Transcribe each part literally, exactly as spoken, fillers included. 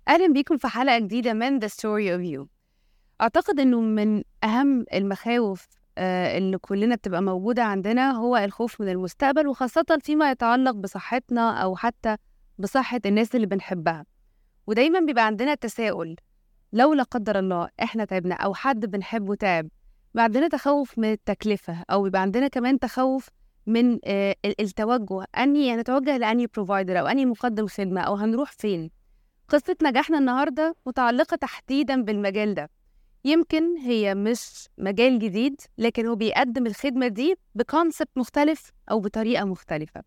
أهلا بيكم في حلقة جديدة من The Story of You. أعتقد أنه من أهم المخاوف آه، اللي كلنا بتبقى موجودة عندنا هو الخوف من المستقبل، وخاصة فيما يتعلق بصحتنا أو حتى بصحة الناس اللي بنحبها. ودايما بيبقى عندنا تساؤل، لو لا قدر الله إحنا تعبنا أو حد بنحبه تعب، بيبقى عندنا تخوف من التكلفة، أو بيبقى عندنا كمان تخوف من آه، التوجه، أني هنتوجه لأني بروفايدر أو أني مقدم خدمة، أو هنروح فين. قصة نجاحنا النهاردة متعلقة تحديداً بالمجال ده. يمكن هي مش مجال جديد، لكن هو بيقدم الخدمة دي بكونسبت مختلف أو بطريقة مختلفة.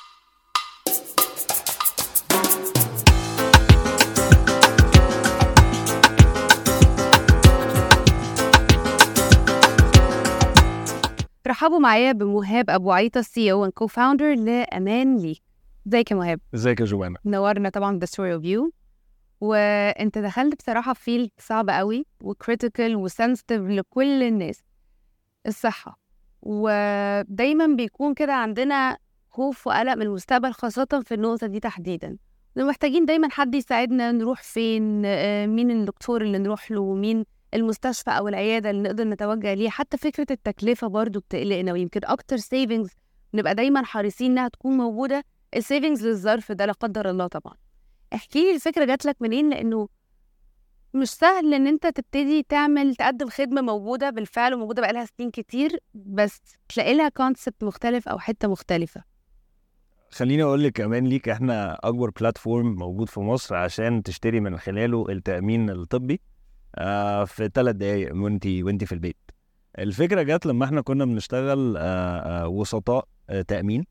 رحبوا معايا بمهاب أبو عيطة سي او and co-founder لأمان ليك. ازيك يا مهاب؟ ازيك يا جوانا؟ نورنا طبعاً The Story of You. وانت دخلت بصراحة في فيلد صعب قوي وكريتيكال وسنسيتيف لكل الناس، الصحة. ودايما بيكون كده عندنا خوف وقلق من المستقبل، خاصة في النقطة دي تحديدا. محتاجين دايما حد يساعدنا نروح فين، مين الدكتور اللي نروح له، مين المستشفى أو العيادة اللي نقدر نتوجه ليه. حتى فكرة التكلفة برضو بتقلقنا، ويمكن أكتر سيفينجز نبقى دايما حريصين إنها تكون موجودة، السيفينجز للظرف ده لا قدر الله طبعا. احكي لي الفكرة جات لك منين، لأنه مش سهل إن أنت تبتدي تعمل تقدم خدمة موجودة بالفعل وموجودة بقالها سنين كتير، بس تلاقي لها كونسبت مختلف أو حتة مختلفة. خليني اقول لك كمان ليك، احنا اكبر بلاتفورم موجود في مصر عشان تشتري من خلاله التأمين الطبي آه في ثلاث دقايق وانتي وانتي في البيت. الفكرة جات لما احنا كنا بنشتغل آه آه وسطاء آه تأمين،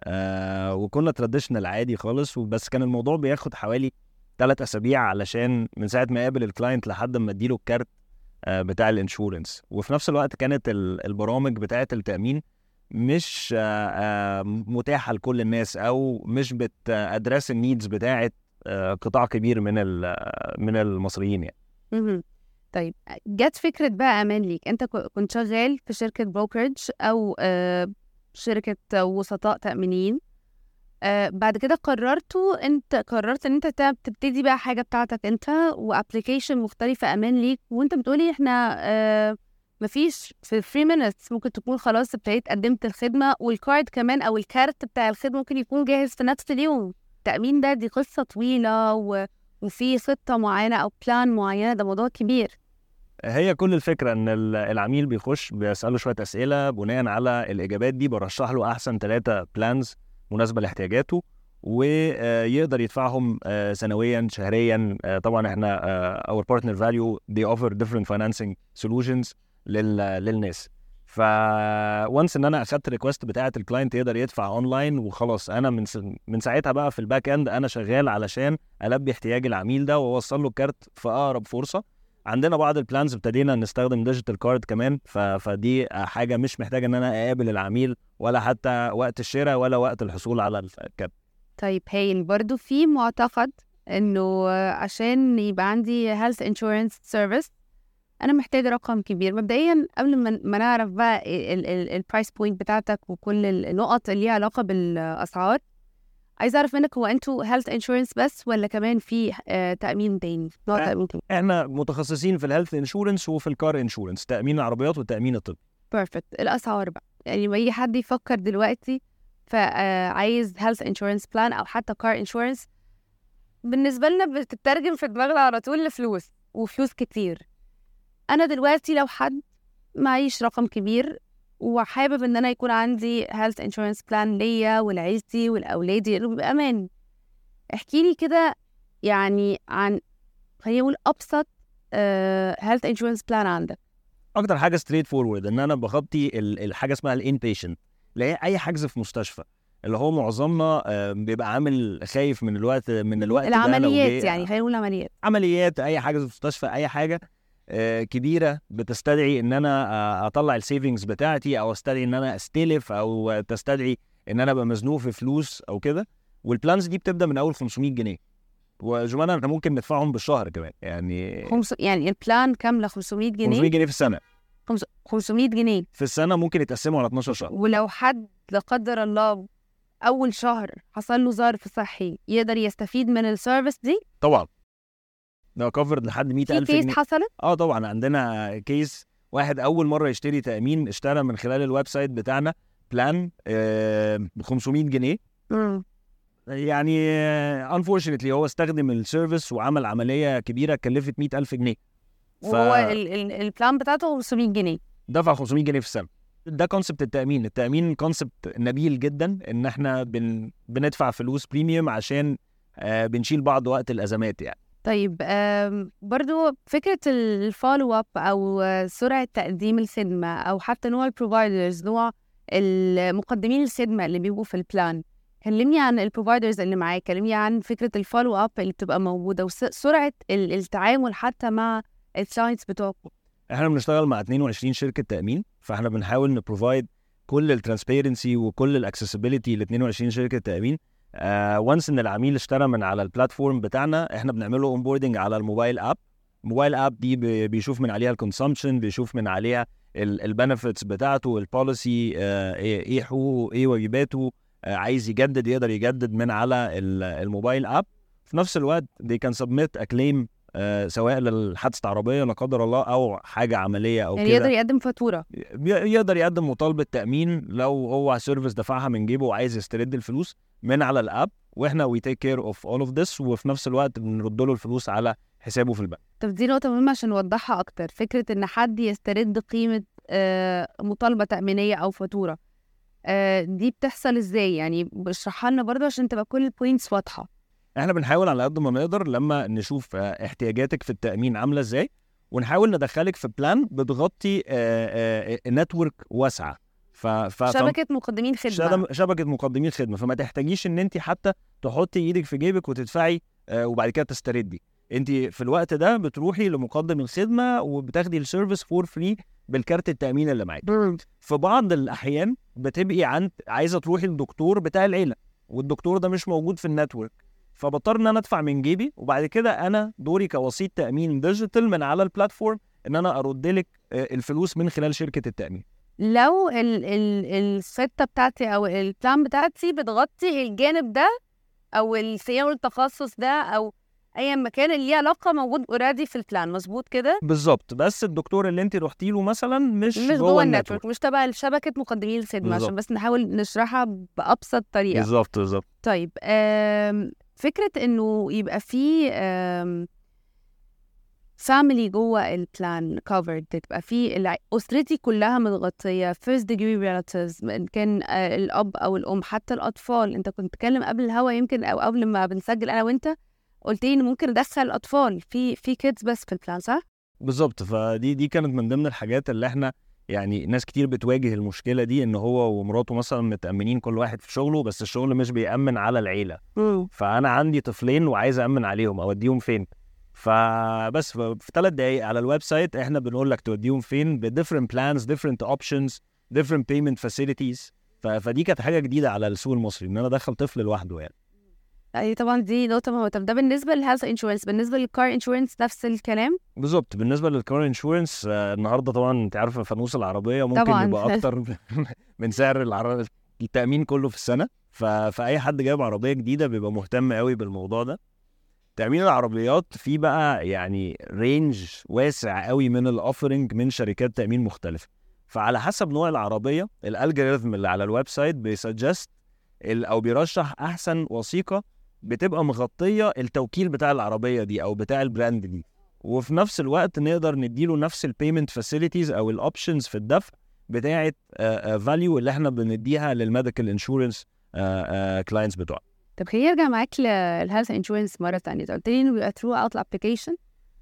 آه وكنا تراديشنال عادي خالص، وبس كان الموضوع بياخد حوالي ثلاث اسابيع علشان من ساعة ما قابل الكلاينت لحد ما اديله الكارت آه بتاع الانشورنس. وفي نفس الوقت كانت البرامج بتاعة التأمين مش آه آه متاحة لكل الناس، او مش بتأدرس النيدز بتاعة آه قطاع كبير من من المصريين يعني. مهم. طيب، جت فكرة بقى أمان ليك. أنت كنت شغال في شركة بروكرج أو آه شركة وسطاء تأمينيين. آه بعد كده قررتوا انت قررت ان انت تبتدي بقى حاجه بتاعتك انت وابلكيشن مختلفه امان ليك. وانت بتقولي احنا آه مفيش في ثلاثة minutes ممكن تكون خلاص ابتديت قدمت الخدمه، والكارد كمان او الكارت بتاع الخدمه ممكن يكون جاهز في نفس اليوم. التامين ده دي قصه طويله و... وفي خطه معينه او بلان معينه، ده موضوع كبير. هي كل الفكرة ان العميل بيخش بيسأله شوية اسئلة، بناء على الاجابات دي برشح له احسن ثلاثة بلانز مناسبة لاحتياجاته، ويقدر يدفعهم سنويا شهريا. طبعا احنا our partner value they offer different financing solutions للناس. ف once ان انا اخدت الريكوست بتاعه الكلاينت يقدر يدفع اونلاين وخلاص، انا من من ساعتها بقى في الباك اند انا شغال علشان البي احتياج العميل ده واوصل له الكارت في اقرب فرصه. عندنا بعض البلانز ابتدينا نستخدم ديجيتال كارد كمان، ف... فدي حاجه مش محتاجه ان انا اقابل العميل ولا حتى وقت الشراء ولا وقت الحصول على الكارت. طيب هايل. برضو في معتقد انه عشان يبقى عندي health insurance service انا محتاج رقم كبير مبدئيا. قبل ما ما نعرف بقى البرايس بوينت بتاعتك وكل النقط اللي ليها علاقه بالاسعار، عايز اعرف منك، هو انتوا health insurance بس ولا كمان في آه تأمين تاني؟ نوع تأمين تاني؟ احنا متخصصين في الهيلث انشورنس وفي الكار انشورنس، تأمين العربيات والتأمين الطبي. بيرفكت. الاسعار بقى، يعني ما يجي حد يفكر دلوقتي فعايز health insurance plan او حتى car insurance، بالنسبه لنا بتترجم في دماغنا على طول لفلوس وفلوس كتير. انا دلوقتي لو حد معيش رقم كبير وحابب ان انا يكون عندي health insurance plan ليا ولعيلتي ولاولادي اللي بيبقى امان، احكي لي كده يعني عن، خلينا نقول ابسط uh, health insurance plan عندك. اكتر حاجه ستريت فورورد ان انا بغطي الحاجه اسمها الان بيشنت، اللي هي اي حجز في مستشفى، اللي هو معظمنا بيبقى عامل خايف من الوقت من الوقت العمليات، يعني خلينا نقول عمليات عمليات اي حاجه في مستشفى، اي حاجه كبيره بتستدعي ان انا اطلع السيفنجز بتاعتي، او استدعي ان انا استلف، او تستدعي ان انا ابقى مزنوق في فلوس او كده. والبلانز دي بتبدا من اول خمسمية جنيه، وجمانا احنا ممكن ندفعهم بالشهر كمان. يعني خمس... يعني البلان كامله خمسمية جنيه خمسمية جنيه في السنه. خمس... خمسمية جنيه في السنه ممكن يتقسموا على اتناشر شهر. ولو حد لا قدر الله اول شهر حصل له ظرف صحي يقدر يستفيد من السيرفيس دي؟ طبعا ده كفرد لحد مية في ألف كيس جنيه. حصلت؟ اه طبعا عندنا كيس واحد اول مره يشتري تامين، اشترى من خلال الويب سايت بتاعنا بلان ب خمسمية جنيه. امم يعني انفورشنتلي هو استخدم السيرفيس وعمل عمليه كبيره كلفت مية ألف جنيه، وهو ال- ال- البلان بتاعته خمسمية جنيه. فدفع خمسمية جنيه في السنه. ده كونسبت التامين. التامين كونسبت نبيل جدا، ان احنا بن بندفع فلوس بريميوم عشان آه بنشيل بعض وقت الازمات يعني. طيب آم، برضو فكرة الفولو اب أو آه، سرعة تقديم الخدمة، أو حتى نوع البروفايدرز، نوع المقدمين الخدمة اللي بيبقوا في البلان. كلمني عن البروفايدرز اللي معاك، كلمني عن فكرة الفولو اب اللي بتبقى موجودة وسرعة التعامل حتى مع الكلاينتس بتوعكم. احنا بنشتغل مع اتنين وعشرين شركه تامين، فاحنا بنحاول نبروفايد كل الترانسبيرنسي وكل الاكسسبيليتي ل اتنين وعشرين شركه تامين. وانس ان العميل اشترى من على البلاتفورم بتاعنا، احنا بنعمل له اونبوردنج على الموبايل اب. الموبايل اب دي بي- بيشوف من عليها الكونسامشن، بيشوف من عليها البنفيتس بتاعته، البوليسي، ايه حقوقه ايه واجباته، آه، عايز يجدد يقدر يجدد من على ال- الموبايل اب. في نفس الوقت they can submit a claim، آه، سواء للحادثه عربيه لا قدر الله او حاجه عمليه او يعني كده. يقدر يقدم فاتورة. ي- يقدر يقدم مطالبه تامين لو هو سيرفيس دفعها من جيبه وعايز يسترد الفلوس من على الاب، واحنا we take care of all of this، وفي نفس الوقت بنرد له الفلوس على حسابه في البنك. طب دي نقطة مهمة عشان نوضحها أكتر، فكرة إن حد يسترد قيمة آه، مطالبة تأمينية أو فاتورة، آه، دي بتحصل إزاي؟ يعني بشرحها لنا برضه عشان تبقى كل البوينتس واضحة. احنا بنحاول على قد ما نقدر لما نشوف آه، احتياجاتك في التامين عامله ازاي، ونحاول ندخلك في بلان بتغطي نتورك واسعه. ف... ف... شبكة مقدمين خدمة. شبكة شبكة مقدمين خدمة، فما تحتاجيش ان انت حتى تحطي ايدك في جيبك وتدفعي آه، وبعد كده تستردي. انت في الوقت ده بتروحي لمقدم الخدمة وبتاخدي السيرفيس فور فري بالكارت التأمين اللي معاك. في بعض الأحيان بتبقي عند عايزة تروحي للدكتور بتاع العيلة، والدكتور ده مش موجود في النتورك، فبضطر ان انا ادفع من جيبي، وبعد كده انا دوري كوسيط تأمين ديجيتال من على البلاتفورم ان انا ارد لك آه، الفلوس من خلال شركة التأمين. لو ال ال الخطة بتاعتي أو البلان بتاعتي بتغطي الجانب ده أو السياسة والتخصص ده أو أي مكان اللي ليه علاقة موجود اوريدي في البلان، مظبوط كده؟ بالظبط، بس الدكتور اللي انت رحتي له مثلا مش, مش جوه جوه النتورك. النتورك، مش تبع شبكة مقدمين الخدمة، بالظبط. عشان بس نحاول نشرحها بأبسط طريقة. بالظبط بالظبط. طيب آم، فكرة إنه يبقى في فاميلي جوه البلان كفرد، تبقى في الع- أسرتي كلها متغطية، first degree relatives، إن كان آه، الأب أو الأم، حتى الأطفال. أنت كنت بتتكلم قبل الهوا يمكن أو قبل ما بنسجل أنا وأنت، قلت لي إن ممكن أدخل أطفال في في kids بس في البلان، صح؟ بالظبط، فدي دي كانت من ضمن الحاجات اللي احنا يعني ناس كتير بتواجه المشكله دي، ان هو ومراته مثلا متامنين كل واحد في شغله، بس الشغل مش بيامن على العيله. فانا عندي طفلين وعايز امن عليهم، اوديهم فين؟ فبس ف- في ثلاث دقايق على الويب سايت احنا بنقول لك توديهم فين ب different plans different options different payment facilities. ف- فدي كانت حاجه جديده على السوق المصري ان انا ادخل طفل لوحده يعني. أي طبعا دي نقطة مهمة. طب ده بالنسبة للهيلث انشورنس، بالنسبة للكار انشورنس نفس الكلام؟ بالظبط. بالنسبه للكار انشورنس النهارده طبعا انت عارفه فانوس العربيه ممكن طبعاً. يبقى اكتر من سعر العر... التامين كله في السنه. ف... فاي حد جايب عربيه جديده بيبقى مهتم قوي بالموضوع ده. تامين العربيات فيه بقى يعني رينج واسع قوي من الاوفرنج من شركات تامين مختلفه. فعلى حسب نوع العربيه الالجوريثم اللي على الويب سايت بيسجست او بيرشح احسن وثيقه بتبقى مغطيه التوكيل بتاع العربيه دي او بتاع البراند دي، وفي نفس الوقت نقدر نديله نفس البيمنت فاسيلتيز او الاوبشنز في الدفع بتاعه فاليو اللي احنا بنديها للميديكال انشورنس كلاينتس بتوعنا. طب خليني ارجع معاك للهيلث انشورنس مره ثانيه. انت قلت لي انه بيبقى ثرو اوت الابلكيشن،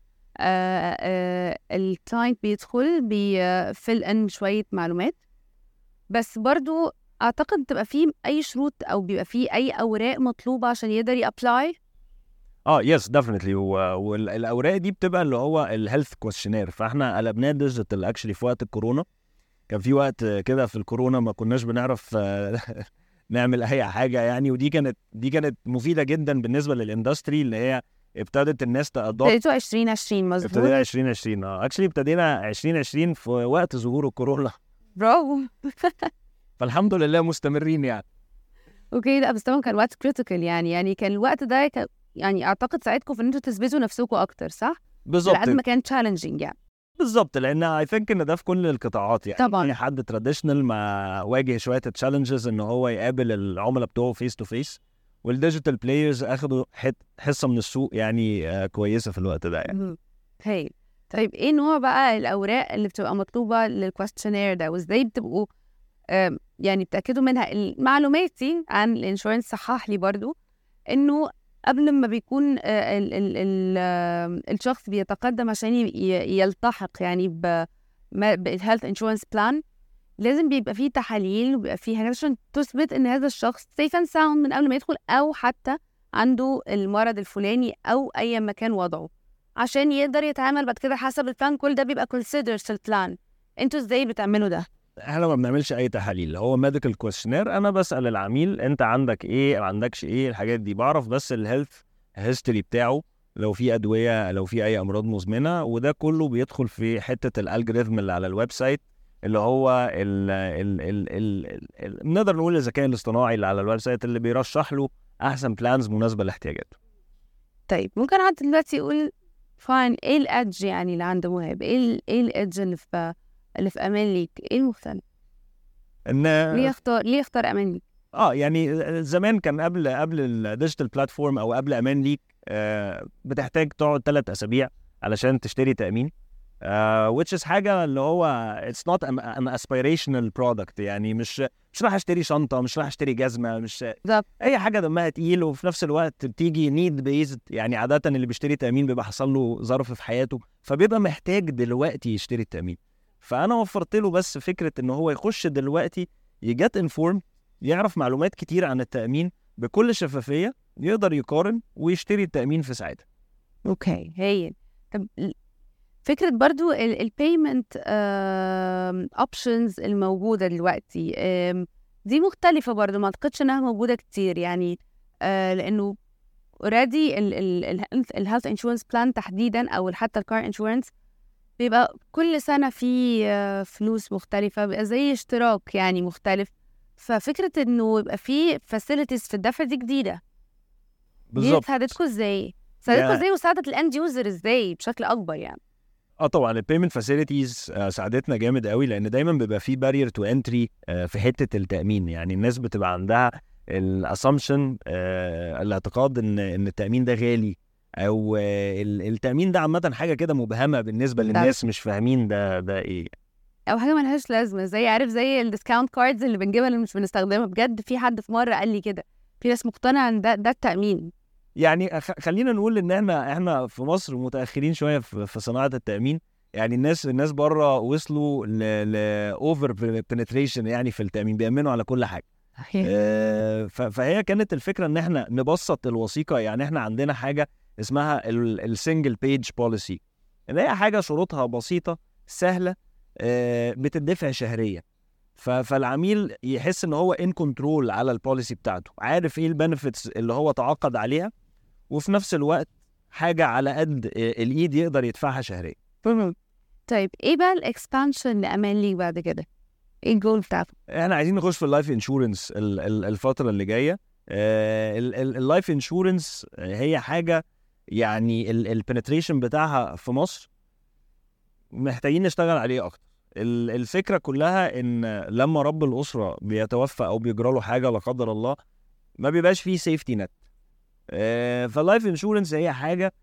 الكلاينت بيدخل بيفل ان شويه معلومات، بس برضو اعتقد تبقى فيه اي شروط او بيبقى فيه اي اوراق مطلوبه عشان يقدر يابلاي. اه يس ديفينتلي. والاوراق دي بتبقى اللي هو الهيلث كويشنير، فاحنا قلبناه ديجيتال اكشلي في وقت الكورونا. كان في وقت كده في الكورونا ما كناش بنعرف نعمل اي حاجه يعني، ودي كانت دي كانت مفيده جدا بالنسبه للاندستري اللي هي ابتدت الناس تادوبت. ابتديتوا عشرين عشرين مظبوط؟ ابتدينا عشرين عشرين اه اكشلي ابتدينا عشرين عشرين في وقت ظهور الكورونا. برافو. فالحمد لله مستمرين يعني. اوكي. لا بس طبعا كان وقت كريتيكال يعني يعني كان الوقت ده كان يعني اعتقد ساعدكم في ان انتوا تثبتوا نفسكم اكتر، صح؟ بالظبط على قد ما كان تشالنجينج يعني. بالظبط لان اي ثينك ان ده في كل القطاعات يعني. طبعا اي حد تراديشنال ما واجه شويه تشالنجز ان هو يقابل العملاء بتوعه فيس تو فيس، والديجيتال بلايرز اخدوا حصه من السوق يعني آه كويسه في الوقت ده يعني. هاي طيب ايه نوع بقى الاوراق اللي بتبقى مطلوبه للكويستشنير ده، وازاي بتبقوا آه يعني بتاكدوا منها؟ معلوماتي عن الانشورنس صحح لي برضو انه قبل ما بيكون آه ال ال ال آه الشخص بيتقدم عشان يلتحق يعني بالهيلث انشورنس بلان، لازم بيبقى فيه تحاليل وبيبقى فيه حاجات عشان تثبت ان هذا الشخص safe and sound من قبل ما يدخل، او حتى عنده المرض الفلاني او اي مكان وضعه عشان يقدر يتعامل بعد كده حسب البلان. كل ده بيبقى considered في البلان. انتوا ازاي بتعملوا ده؟ احنا ما بنعملش اي تحاليل، هو ميديكال كويشنير. انا بسال العميل انت عندك ايه ما عندكش ايه، الحاجات دي بعرف بس الهيلث هيستوري بتاعه، لو في ادويه، لو في اي امراض مزمنه، وده كله بيدخل في حته الالجوريثم اللي على الويب سايت اللي هو ال ال ال ال ال نقدر نقول الذكاء الاصطناعي اللي على الويب سايت اللي بيرشح له احسن بلانز مناسبه لاحتياجاته. طيب ممكن حد دلوقتي يقول فاين ايه الادج يعني اللي عنده مهاب، ايه ايه الادج اللي في اللي في امان ليك، ايه المختلف؟ ان ليه يختار ليه يختار امان ليك؟ اه يعني زمان كان قبل قبل الديجيتال بلاتفورم او قبل امان ليك آه بتحتاج تقعد ثلاث اسابيع علشان تشتري تامين، Uh, which is حاجة اللي هو it's not an aspirational product يعني مش مش راح اشتري شنطة، مش راح اشتري جزمة، مش بالظبط أي حاجة دمها تقيل، وفي نفس الوقت بتيجي need based يعني. عادة اللي بيشتري تأمين بيبقى حصل له ظرف في حياته فبيبقى محتاج دلوقتي يشتري التأمين، فأنا وفرت له بس فكرة إنه هو يخش دلوقتي يجت informed، يعرف معلومات كتير عن التأمين بكل شفافية، يقدر يقارن ويشتري التأمين في ساعتها. اوكي هي طب فكرة برضو البيمنت اوبشنز الموجودة دلوقتي دي مختلفة برضو، ما اعتقدش انها موجودة كتير يعني آه لانه اوريدي الهيلث انشورنس بلان تحديدا او حتى الكار انشورنس بيبقى كل سنة في آه فلوس مختلفة، بيبقى زي اشتراك يعني مختلف، ففكرة انه يبقى في فاسيلتيز في الدفع دي جديدة. بالظبط. دي ساعدتكم ازاي؟ ساعدتكم ازاي وساعدت الاند يوزر ازاي بشكل اكبر يعني؟ اه طبعا البيمنت فاسيلتيز ساعدتنا جامد قوي، لان دايما بيبقى في بارير تو انتري في حته التامين. يعني الناس بتبقى عندها الاسامبشن الاعتقاد ان ان التامين ده غالي، او التامين ده عامه حاجه كده مبهمه بالنسبه للناس، مش فاهمين ده ده ايه، او حاجه ملهاش لازمه، زي عارف زي الديسكاونت كاردز اللي بنجيبها اللي مش بنستخدمها. بجد في حد في مره قال لي كده، في ناس مقتنعه ان ده ده التامين. يعني خلينا نقول ان احنا احنا في مصر متاخرين شويه في صناعه التامين. يعني الناس الناس بره وصلوا ل اوفر بنتريشن يعني في التامين، بيامنوا على كل حاجه. آه فهي كانت الفكره ان احنا نبسط الوثيقه. يعني احنا عندنا حاجه اسمها السنجل بيج بوليسي، ان هي حاجه شروطها بسيطه سهله آه بتدفع شهريا، فالعميل يحس ان هو ان كنترول على البوليسي بتاعته، عارف ايه البنفيتس اللي هو تعاقد عليها، وفي نفس الوقت حاجه على قد الايد يقدر يدفعها شهريا. طيب ايه بقى الاكسبانشن لامان ليك بعد كده؟ ايه الجول بتاعته؟ احنا عايزين نخش في اللايف انشورنس الفتره اللي جايه. اللايف انشورنس هي حاجه يعني البنتريشن بتاعها في مصر محتاجين نشتغل عليه اكتر. الفكره كلها ان لما رب الاسره بيتوفى او بيجرى له حاجه لا قدر الله، ما بيبقاش فيه سيفتي نت. فاللايف انشورنس هي حاجه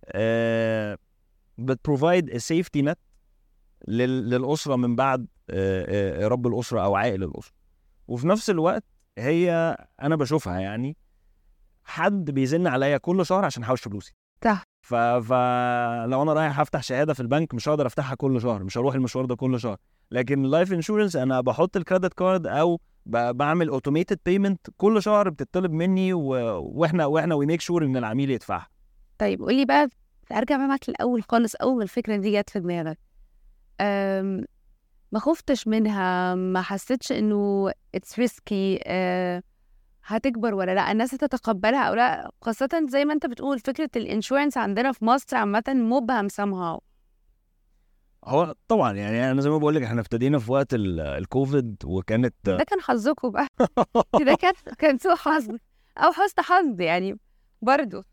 بتبروفايد سيفتي نت للاسره من بعد رب الاسره او عائل الاسره، وفي نفس الوقت هي انا بشوفها يعني حد بيزن عليا كل شهر عشان احوش فلوسي. صح. فلو انا رايح افتح شهاده في البنك مش هقدر افتحها كل شهر، مش هروح المشوار ده كل شهر. لكن اللايف انشورنس انا بحط الكريدت كارد او بعمل اوتوميتد بيمنت كل شهر بتطلب مني، و... واحنا واحنا وي ميك شور ان العميل يدفعها. طيب قول لي بقى، ارجع بقى معاك الاول خالص، اول ما الفكره دي جت في دماغك أم... ما خفتش منها؟ ما حسيتش انه اتس ريسكي أه... هتكبر ولا لا؟ الناس هتتقبلها او لا؟ خاصه زي ما انت بتقول فكره الانشورنس عندنا في مصر عامه مبهم somehow. هو طبعا يعني انا زي ما بقول لك احنا ابتدينا في وقت الكوفيد، وكانت ده كان حظكم بقى. ده كان كان سوء حظ او حسن حظ يعني برضو.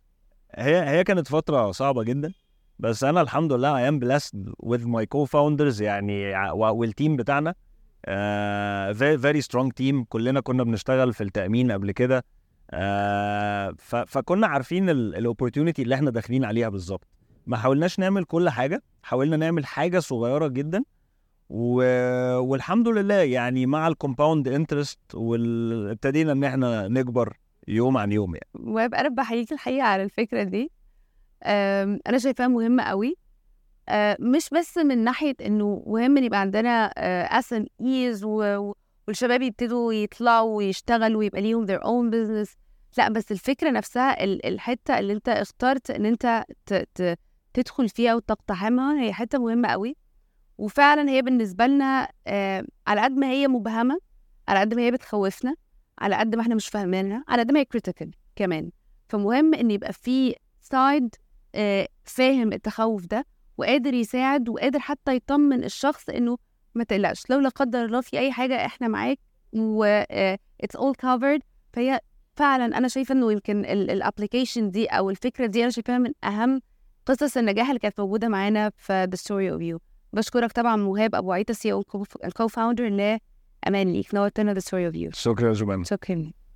هي هي كانت فترة صعبة جدا، بس أنا الحمد لله I am blessed with my co-founders يعني والتيم بتاعنا. uh, very, very strong team. كلنا كنا بنشتغل في التأمين قبل كده. uh, فكنا عارفين الاوبورتيونيتي اللي احنا داخلين عليها بالظبط. ما حاولناش نعمل كل حاجة، حاولنا نعمل حاجة صغيرة جدا و... والحمد لله يعني مع الكومباوند انترست وابتدينا ان احنا نكبر يوم عن يوم يعني. وابقى انا بحييك الحقيقه على الفكره دي. انا شايفاها مهمه قوي، مش بس من ناحيه انه مهم ان يبقى عندنا اس ام ايز والشباب يبتدوا يطلعوا ويشتغلوا ويبقى ليهم their own business، لا بس الفكره نفسها، الحته اللي انت اخترت ان انت تدخل فيها وتقتحمها هي حته مهمه قوي. وفعلا هي بالنسبه لنا على قد ما هي مبهمه، على قد ما هي بتخوفنا، على قد ما احنا مش فاهمينها، على قد ما هي كريتيكال كمان. فمهم ان يبقى في سايد فاهم التخوف ده وقادر يساعد وقادر حتى يطمن الشخص انه ما تقلقش، لو لا قدر الله في اي حاجه احنا معاك و it's all covered. فهي فعلا انا شايفه انه يمكن الابلكيشن دي او الفكره دي انا شايفاها من اهم قصص النجاح اللي كانت موجوده معانا في The Story of You. بشكرك طبعا مهاب ابو عيطه، سي او الكو فاوندر، لامان ليك، نورتنا The Story of You. شكرا يا جمال. شكرا.